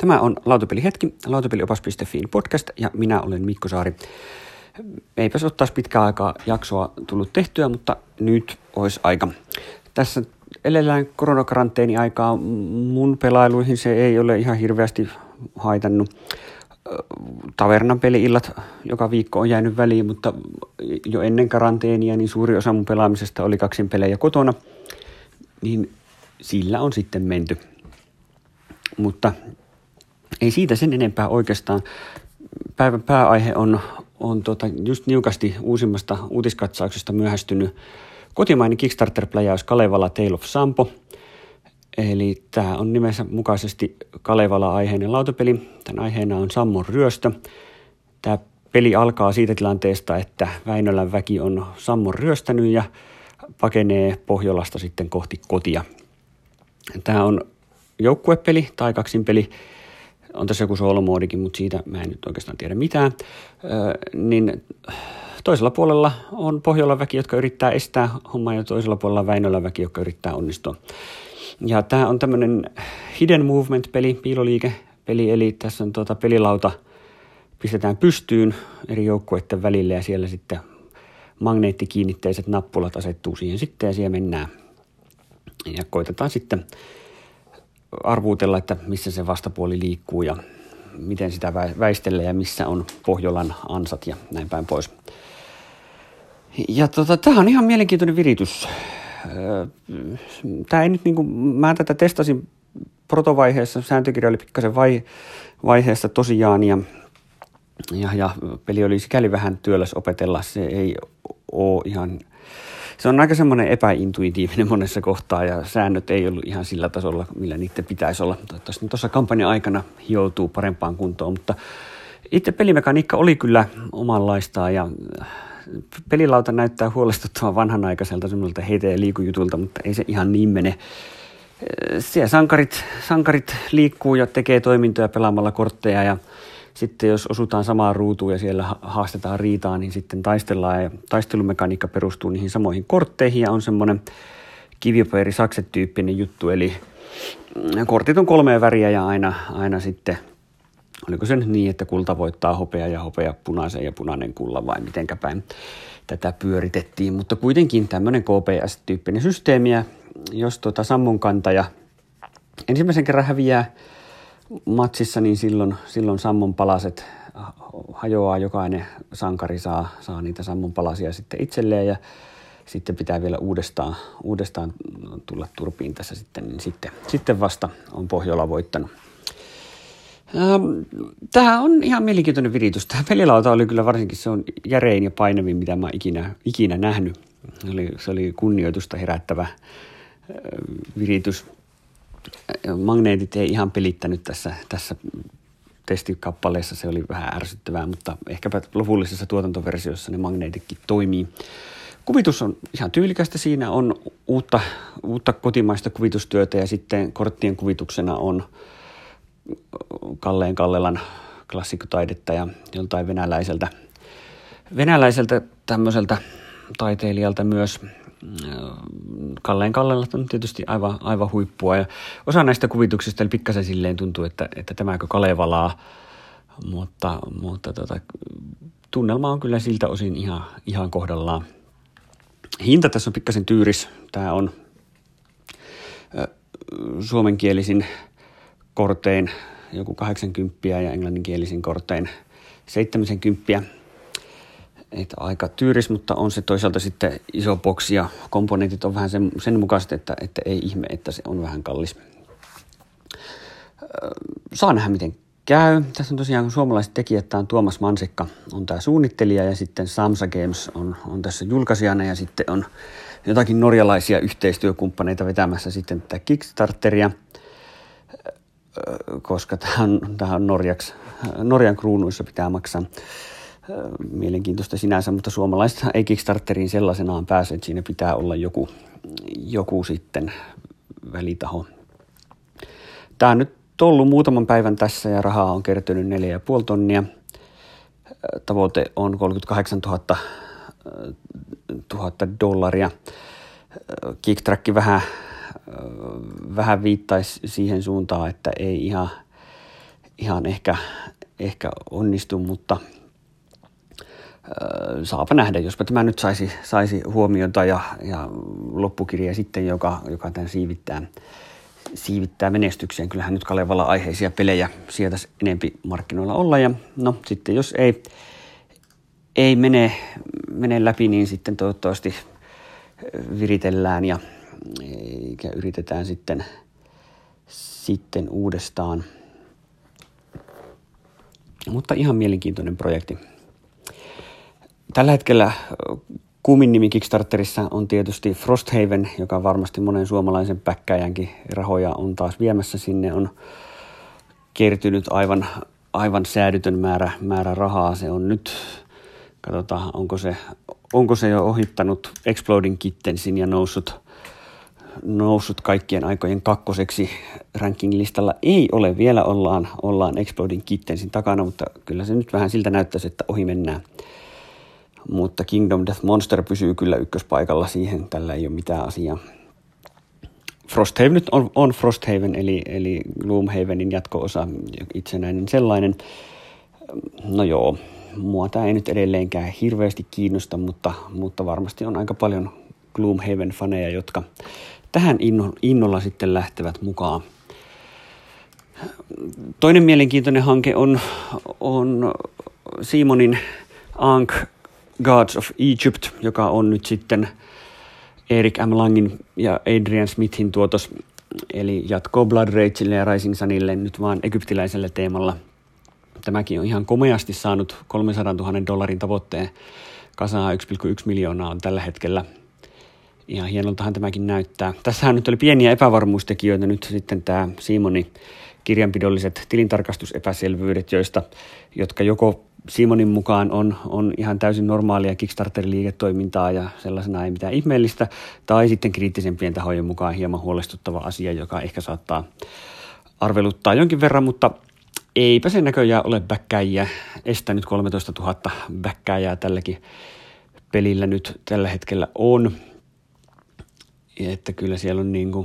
Tämä on Lautapelihetki, lautapeliopas.fiin podcast ja minä olen Mikko Saari. Eipäs ole taas pitkään aikaa jaksoa tullut tehtyä, mutta nyt olisi aika. Tässä elellään koronakaranteeni-aikaa mun pelailuihin se ei ole ihan hirveästi haitannut. Tavernan peli-illat joka viikko on jäänyt väliin, mutta jo ennen karanteenia niin suuri osa mun pelaamisesta oli kaksin pelejä kotona, niin sillä on sitten menty. Mutta ei siitä sen enempää oikeastaan. Päivän pääaihe on just niukasti uusimmasta uutiskatsauksesta myöhästynyt kotimainen Kickstarter-pläjäys Kalevala Tale of Sampo. Eli tämä on nimensä mukaisesti Kalevala-aiheinen lautapeli. Tämän aiheena on Sammon ryöstö. Tämä peli alkaa siitä tilanteesta, että Väinölän väki on Sammon ryöstänyt ja pakenee Pohjolasta sitten kohti kotia. Tämä on joukkuepeli tai kaksinpeli. On tässä joku solomoodikin, mutta siitä mä en nyt oikeastaan tiedä mitään. Niin toisella puolella on Pohjolan väki, jotka yrittää estää hommaa, ja toisella puolella Väinölän väki, jotka yrittää onnistua. Ja tämä on tämmöinen hidden movement-peli, piiloliike-peli, eli tässä on pelilauta pistetään pystyyn eri joukkueiden välille, ja siellä sitten magneettikiinnitteiset nappulat asettuu siihen sitten, ja siellä mennään. Ja koitetaan sitten arvuutella, että missä se vastapuoli liikkuu ja miten sitä väistelee ja missä on Pohjolan ansat ja näin päin pois. Ja tämä on ihan mielenkiintoinen viritys. Tämä ei nyt mä tätä testasin protovaiheessa, sääntökirja oli pikkasen vaiheessa tosiaan ja peli oli sikäli vähän työläs opetella, se ei ole ihan. Se on aika semmoinen epäintuitiivinen monessa kohtaa ja säännöt ei ollut ihan sillä tasolla, millä niiden pitäisi olla. Toivottavasti tuossa kampanjan aikana hioutuu parempaan kuntoon, mutta itse pelimekaniikka oli kyllä omanlaistaan ja pelilauta näyttää huolestuttavan vanhanaikaiselta semmoiselta heitä ja liikujutulta, mutta ei se ihan niin mene. Siellä sankarit liikkuu ja tekee toimintoja pelaamalla kortteja ja sitten jos osutaan samaan ruutuun ja siellä haastetaan riitaa, niin sitten taistellaan ja taistelumekaniikka perustuu niihin samoihin kortteihin ja on semmoinen kivipaperi-sakset-tyyppinen juttu, eli kortit on 3 väriä ja aina sitten, oliko se nyt niin, että kulta voittaa hopea ja hopea punaisen ja punainen kulla vai mitenkä päin tätä pyöritettiin, mutta kuitenkin tämmöinen KPS-tyyppinen systeemi ja jos Sammon kantaja ensimmäisen kerran häviää matsissa, niin silloin Sammon palaset hajoaa, jokainen sankari saa niitä Sammon palasia sitten itselleen ja sitten pitää vielä uudestaan tulla turpiin tässä sitten, niin sitten vasta on Pohjola voittanut. Tämä on ihan mielenkiintoinen viritys. Tämä pelilauta oli kyllä varsinkin, se on järein ja painavin, mitä mä ikinä nähnyt. Se oli kunnioitusta herättävä viritys. Magneetit ei ihan pelittänyt tässä testikappaleessa, se oli vähän ärsyttävää, mutta ehkäpä lopullisessa tuotantoversiossa ne magneetitkin toimii. Kuvitus on ihan tyylikästä, siinä on uutta kotimaista kuvitustyötä ja sitten korttien kuvituksena on Kallelan klassikkotaidetta ja joltain venäläiseltä tämmöiseltä taiteilijalta myös. Kallella on tietysti aivan huippua ja osa näistä kuvituksista eli pikkasen silleen tuntuu, että tämäkö Kalevalaa, mutta tunnelma on kyllä siltä osin ihan kohdallaan. Hinta tässä on pikkasen tyyris. Tämä on suomenkielisin kortein joku 80 ja englanninkielisin kortein 70. Että aika tyyris, mutta on se toisaalta sitten iso boksi ja komponentit on vähän sen mukaiset, että ei ihme, että se on vähän kallis. Saa nähdä miten käy. Tässä on tosiaan suomalaiset tekijät, tämä on Tuomas Mansikka, on tämä suunnittelija ja sitten Samsa Games on tässä julkaisijana ja sitten on jotakin norjalaisia yhteistyökumppaneita vetämässä sitten tätä Kickstarteria, koska tämä on Norjan kruunuissa pitää maksaa. Mielenkiintoista sinänsä, mutta suomalaiset ei Kickstarteriin sellaisenaan pääse, että siinä pitää olla joku sitten välitaho. Tämä on nyt ollut muutaman päivän tässä ja rahaa on kertynyt 4,5 tonnia. Tavoite on 38 000 dollaria. Kicktrack vähän viittaisi siihen suuntaan, että ei ihan ehkä onnistu, mutta saapa nähdä, jospa tämä nyt saisi huomiota ja loppukirja sitten, joka tämän siivittää menestykseen. Kyllähän nyt Kalevala aiheisia pelejä sietäisi enempi markkinoilla olla, ja no sitten jos ei mene läpi, niin sitten toivottavasti viritellään ja yritetään sitten uudestaan. Mutta ihan mielenkiintoinen projekti. Tällä hetkellä kuumin nimi Kickstarterissa on tietysti Frosthaven, joka varmasti monen suomalaisen päkkäjänkin rahoja on taas viemässä sinne. On kertynyt aivan säädytön määrä rahaa. Se on nyt, katsotaan, onko se jo ohittanut Exploding Kittensin ja noussut kaikkien aikojen kakkoseksi ranking-listalla. Ei ole vielä, ollaan Exploding Kittensin takana, mutta kyllä se nyt vähän siltä näyttäisi, että ohi mennään. Mutta Kingdom Death Monster pysyy kyllä ykköspaikalla, siihen tällä ei ole mitään asiaa. Frosthaven nyt on Frosthaven, eli Gloomhavenin jatko-osa, itsenäinen sellainen. No joo, mua tämä ei nyt edelleenkään hirveästi kiinnosta, mutta varmasti on aika paljon Gloomhaven-faneja, jotka tähän innolla sitten lähtevät mukaan. Toinen mielenkiintoinen hanke on Simonin Ankh Gods of Egypt, joka on nyt sitten Erik M. Langin ja Adrian Smithin tuotos, eli jatkoa Blood Rageille ja Rising Sunille nyt vaan egyptiläisellä teemalla. Tämäkin on ihan komeasti saanut $300,000 tavoitteen kasaan, 1,1 miljoonaa on tällä hetkellä. Ihan hienoltahan tämäkin näyttää. Tässähän nyt oli pieniä epävarmuustekijöitä nyt sitten tämä Simonin kirjanpidolliset tilintarkastusepäselvyydet, jotka joko Simonin mukaan on ihan täysin normaalia Kickstarter-liiketoimintaa ja sellaisena ei mitään ihmeellistä, tai sitten kriittisempien tahojen mukaan hieman huolestuttava asia, joka ehkä saattaa arveluttaa jonkin verran, mutta eipä se näköjään ole bäkkäjiä estänyt. 13 000 bäkkäjää tälläkin pelillä nyt tällä hetkellä on. Ja että kyllä siellä on niin kuin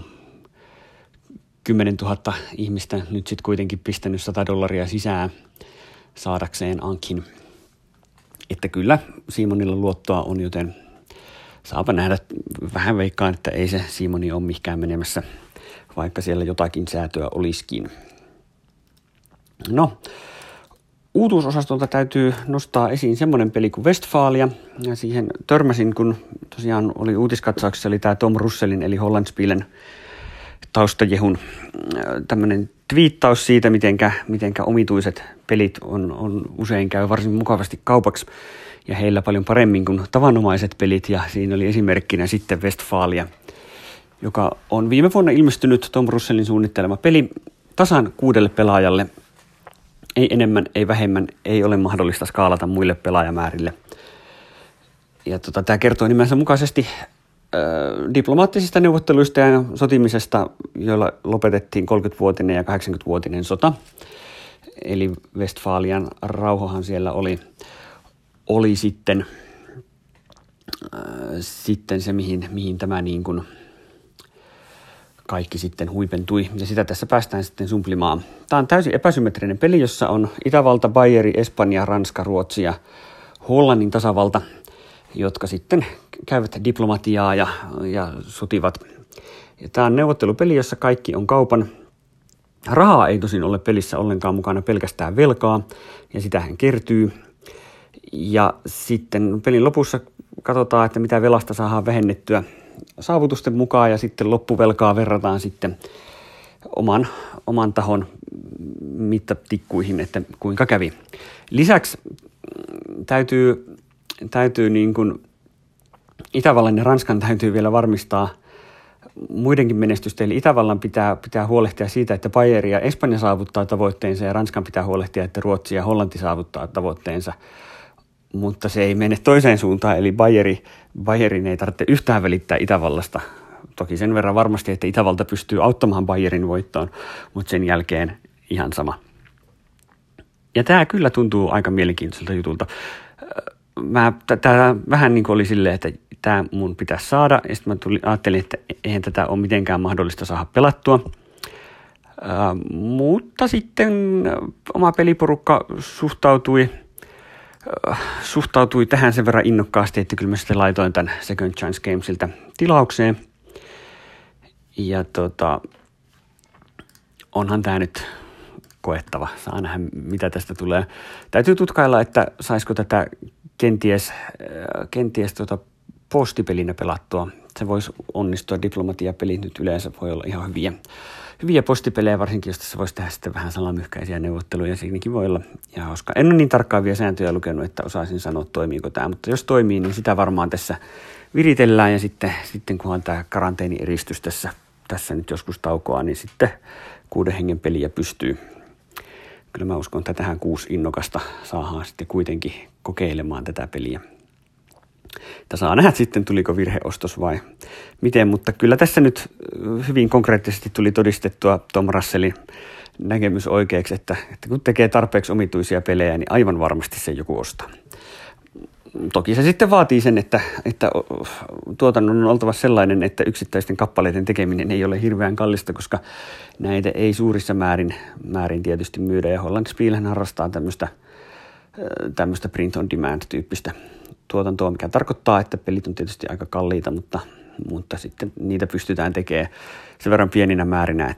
10 000 ihmistä nyt sitten kuitenkin pistänyt $100 sisään saadakseen Ankhin. Että kyllä Simonilla luottoa on, joten saapa nähdä. Vähän veikkaan, että ei se Simoni ole mihinkään menemässä, vaikka siellä jotakin säätöä olisikin. No, uutuusosastolta täytyy nostaa esiin semmoinen peli kuin Westfalia. Ja siihen törmäsin, kun tosiaan oli uutiskatsauksessa, oli tämä Tom Russellin eli Hollandspielen taustajehun tämmöinen twiittaus siitä, mitenkä omituiset pelit on usein käy varsin mukavasti kaupaksi ja heillä paljon paremmin kuin tavanomaiset pelit, ja siinä oli esimerkkinä sitten Westfalia, joka on viime vuonna ilmestynyt Tom Russellin suunnittelema peli tasan 6 pelaajalle. Ei enemmän, ei vähemmän, ei ole mahdollista skaalata muille pelaajamäärille. Ja tämä kertoo nimensä mukaisesti diplomaattisista neuvotteluista ja sotimisesta, joilla lopetettiin 30-vuotinen ja 80-vuotinen sota. Eli Westfalian rauhahan siellä oli sitten se, mihin tämä niin kuin kaikki sitten huipentui. Ja sitä tässä päästään sitten sumplimaan. Tämä on täysin epäsymmetrinen peli, jossa on Itävalta, Baieri, Espanja, Ranska, Ruotsi ja Hollannin tasavalta, jotka sitten käyvät diplomatiaa ja sotivat. Ja tämä on neuvottelupeli, jossa kaikki on kaupan. Rahaa ei tosin ole pelissä ollenkaan mukana, pelkästään velkaa, ja sitähän kertyy. Ja sitten pelin lopussa katsotaan, että mitä velasta saadaan vähennettyä saavutusten mukaan, ja sitten loppuvelkaa verrataan sitten oman tahon mittatikkuihin, että kuinka kävi. Lisäksi täytyy niin kuin Itävallan ja Ranskan täytyy vielä varmistaa muidenkin menestystä, eli Itävallan pitää huolehtia siitä, että Baieri ja Espanja saavuttaa tavoitteensa, ja Ranskan pitää huolehtia, että Ruotsi ja Hollanti saavuttaa tavoitteensa. Mutta se ei mene toiseen suuntaan, eli Baierin ei tarvitse yhtään välittää Itävallasta. Toki sen verran varmasti, että Itävalta pystyy auttamaan Baierin voittoon, mutta sen jälkeen ihan sama. Ja tämä kyllä tuntuu aika mielenkiintoiselta jutulta. Tämä vähän niin kuin oli silleen, että tämä mun pitäisi saada, ja sitten mä ajattelin, että eihän tätä ole mitenkään mahdollista saada pelattua. Mutta sitten oma peliporukka suhtautui tähän sen verran innokkaasti, että kyllä mä sitten laitoin tämän Second Chance Gamesilta tilaukseen. Ja onhan tämä nyt koettava. Saa nähdä, mitä tästä tulee. Täytyy tutkailla, että saisiko tätä kenties postipelinä pelattua. Se voisi onnistua. Diplomatiapelit nyt yleensä voi olla ihan hyviä postipelejä, varsinkin jos tässä voisi tehdä sitten vähän salamyhkäisiä neuvotteluja. Siinäkin voi olla ihan hauska. En ole niin tarkkaan vielä sääntöjä lukenut, että osaisin sanoa, toimiiko tämä. Mutta jos toimii, niin sitä varmaan tässä viritellään. Ja sitten kunhan tämä karanteenieristys tässä nyt joskus taukoaa, niin sitten 6 hengen peliä pystyy. Kyllä mä uskon, että tähän 6 innokasta saadaan sitten kuitenkin kokeilemaan tätä peliä. Että saa nähdä sitten, tuliko virheostos vai miten, mutta kyllä tässä nyt hyvin konkreettisesti tuli todistettua Tom Russellin näkemys oikeaksi, että kun tekee tarpeeksi omituisia pelejä, niin aivan varmasti se joku ostaa. Toki se sitten vaatii sen, että tuotannon on oltava sellainen, että yksittäisten kappaleiden tekeminen ei ole hirveän kallista, koska näitä ei suurissa määrin tietysti myydä. Ja Holland Spielhän harrastaa tämmöistä print on demand -tyyppistä tuotantoa, mikä tarkoittaa, että pelit on tietysti aika kalliita, mutta sitten niitä pystytään tekemään sen verran pieninä määrinä,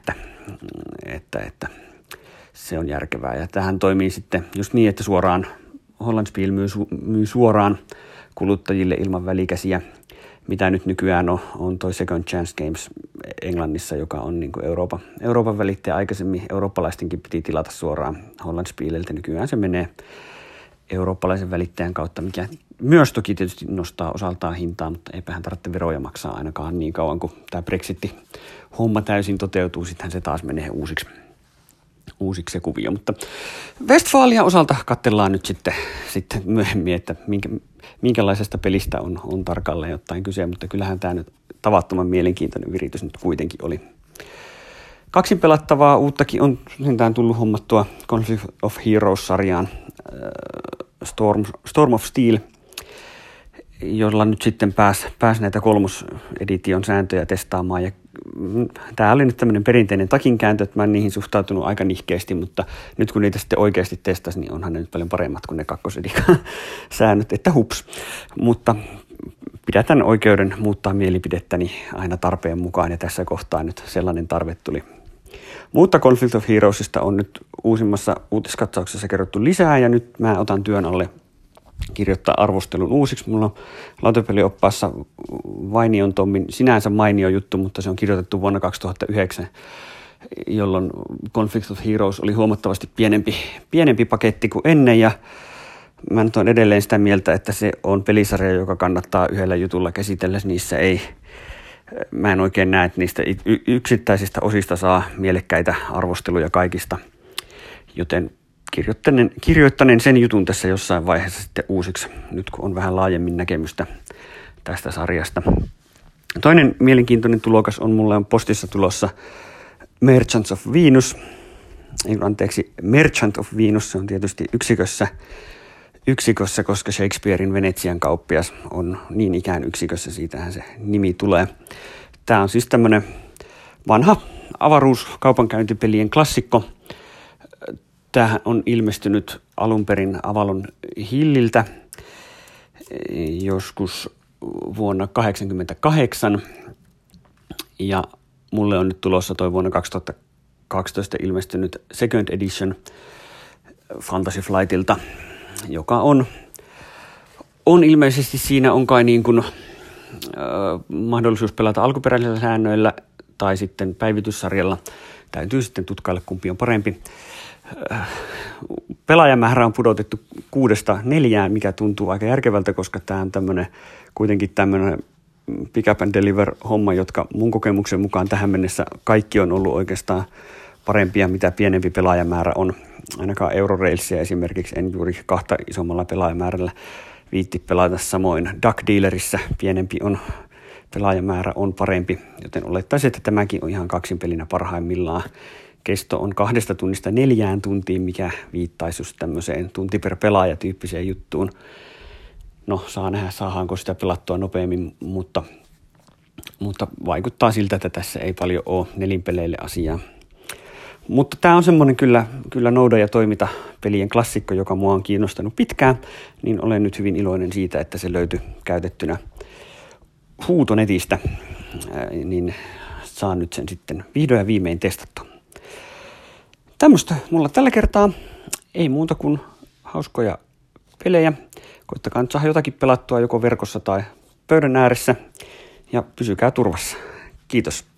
että se on järkevää. Ja tähän toimii sitten just niin, että suoraan Holland Spiel myy suoraan kuluttajille ilman välikäsiä, mitä nyt nykyään on toi Second Chance Games Englannissa, joka on niin kuin Euroopan välittäjä. Aikaisemmin eurooppalaistenkin piti tilata suoraan Holland Spieliltä. Nykyään se menee eurooppalaisen välittäjän kautta, mikä myös toki tietysti nostaa osaltaan hintaa, mutta eipähän tarvitse veroja maksaa ainakaan niin kauan, kun tämä Brexit-homma täysin toteutuu. Sittenhän se taas menee uusiksi se kuvio, mutta Westfalia osalta katsellaan nyt sitten myöhemmin, että minkälaisesta pelistä on tarkalleen ottaen kyse, mutta kyllähän tämä nyt tavattoman mielenkiintoinen viritys nyt kuitenkin oli. 2 pelattavaa uuttakin on sentään tullut hommattua Conflict of Heroes-sarjaan Storm of Steel, jolla nyt sitten pääsi näitä 3-edition sääntöjä testaamaan. Ja tämä oli nyt tämmöinen perinteinen takinkääntö, että mä en niihin suhtautunut aika nihkeästi, mutta nyt kun niitä sitten oikeasti testasi, niin onhan ne nyt paljon paremmat kuin ne 2-edikan säännöt, että hups. Mutta pidätän oikeuden muuttaa mielipidettäni aina tarpeen mukaan, ja tässä kohtaa nyt sellainen tarve tuli. Mutta Conflict of Heroesista on nyt uusimmassa uutiskatsauksessa kerrottu lisää, ja nyt mä otan työn alle kirjoittaa arvostelun uusiksi. Mulla on lautapelioppaassa Vainion Tommin sinänsä mainio juttu, mutta se on kirjoitettu vuonna 2009, jolloin Conflict of Heroes oli huomattavasti pienempi paketti kuin ennen, ja mä nyt olen edelleen sitä mieltä, että se on pelisarja, joka kannattaa yhdellä jutulla käsitellä. Mä en oikein näe, että niistä yksittäisistä osista saa mielekkäitä arvosteluja kaikista, joten kirjoittaneen sen jutun tässä jossain vaiheessa sitten uusiksi, nyt kun on vähän laajemmin näkemystä tästä sarjasta. Toinen mielenkiintoinen tulokas mulle on postissa tulossa Merchant of Venus, se on tietysti yksikössä, koska Shakespearein Venetsian kauppias on niin ikään yksikössä, siitähän se nimi tulee. Tämä on siis tämmöinen vanha avaruuskaupankäyntipelien klassikko. Tämä on ilmestynyt alun perin Avalon Hilliltä joskus vuonna 1988, ja mulle on nyt tulossa toi vuonna 2012 ilmestynyt Second Edition Fantasy Flightilta, joka on ilmeisesti siinä on kai niin kuin mahdollisuus pelata alkuperäisillä säännöillä tai sitten päivityssarjalla. Täytyy sitten tutkailla, kumpi on parempi. Pelaajamäärä on pudotettu 6-4, mikä tuntuu aika järkevältä, koska tämä on kuitenkin tämmöinen pick up and deliver -homma, jotka mun kokemuksen mukaan tähän mennessä kaikki on ollut oikeastaan parempia, mitä pienempi pelaajamäärä on. Ainakaan Eurorailsia esimerkiksi en juuri 2 isommalla pelaajamäärällä viitti pelata, samoin Duck Dealerissä pienempi pelaajamäärä on parempi, joten olettaisin, että tämäkin on ihan kaksinpelinä parhaimmillaan. Kesto on 2 tunnista 4 tuntiin, mikä viittaisi just tämmöiseen tunti per pelaaja -tyyppiseen juttuun. No, saa nähdä, saadaanko sitä pelattua nopeammin, mutta vaikuttaa siltä, että tässä ei paljon ole nelinpeleille asiaa. Mutta tämä on semmoinen kyllä nouda ja toimita pelien klassikko, joka mua on kiinnostanut pitkään, niin olen nyt hyvin iloinen siitä, että se löytyi käytettynä huutonetistä, niin saan nyt sen sitten vihdoin ja viimein testattua. Tämmöistä mulla tällä kertaa, ei muuta kuin hauskoja pelejä. Koittakaa nyt saada jotakin pelattua joko verkossa tai pöydän ääressä ja pysykää turvassa. Kiitos.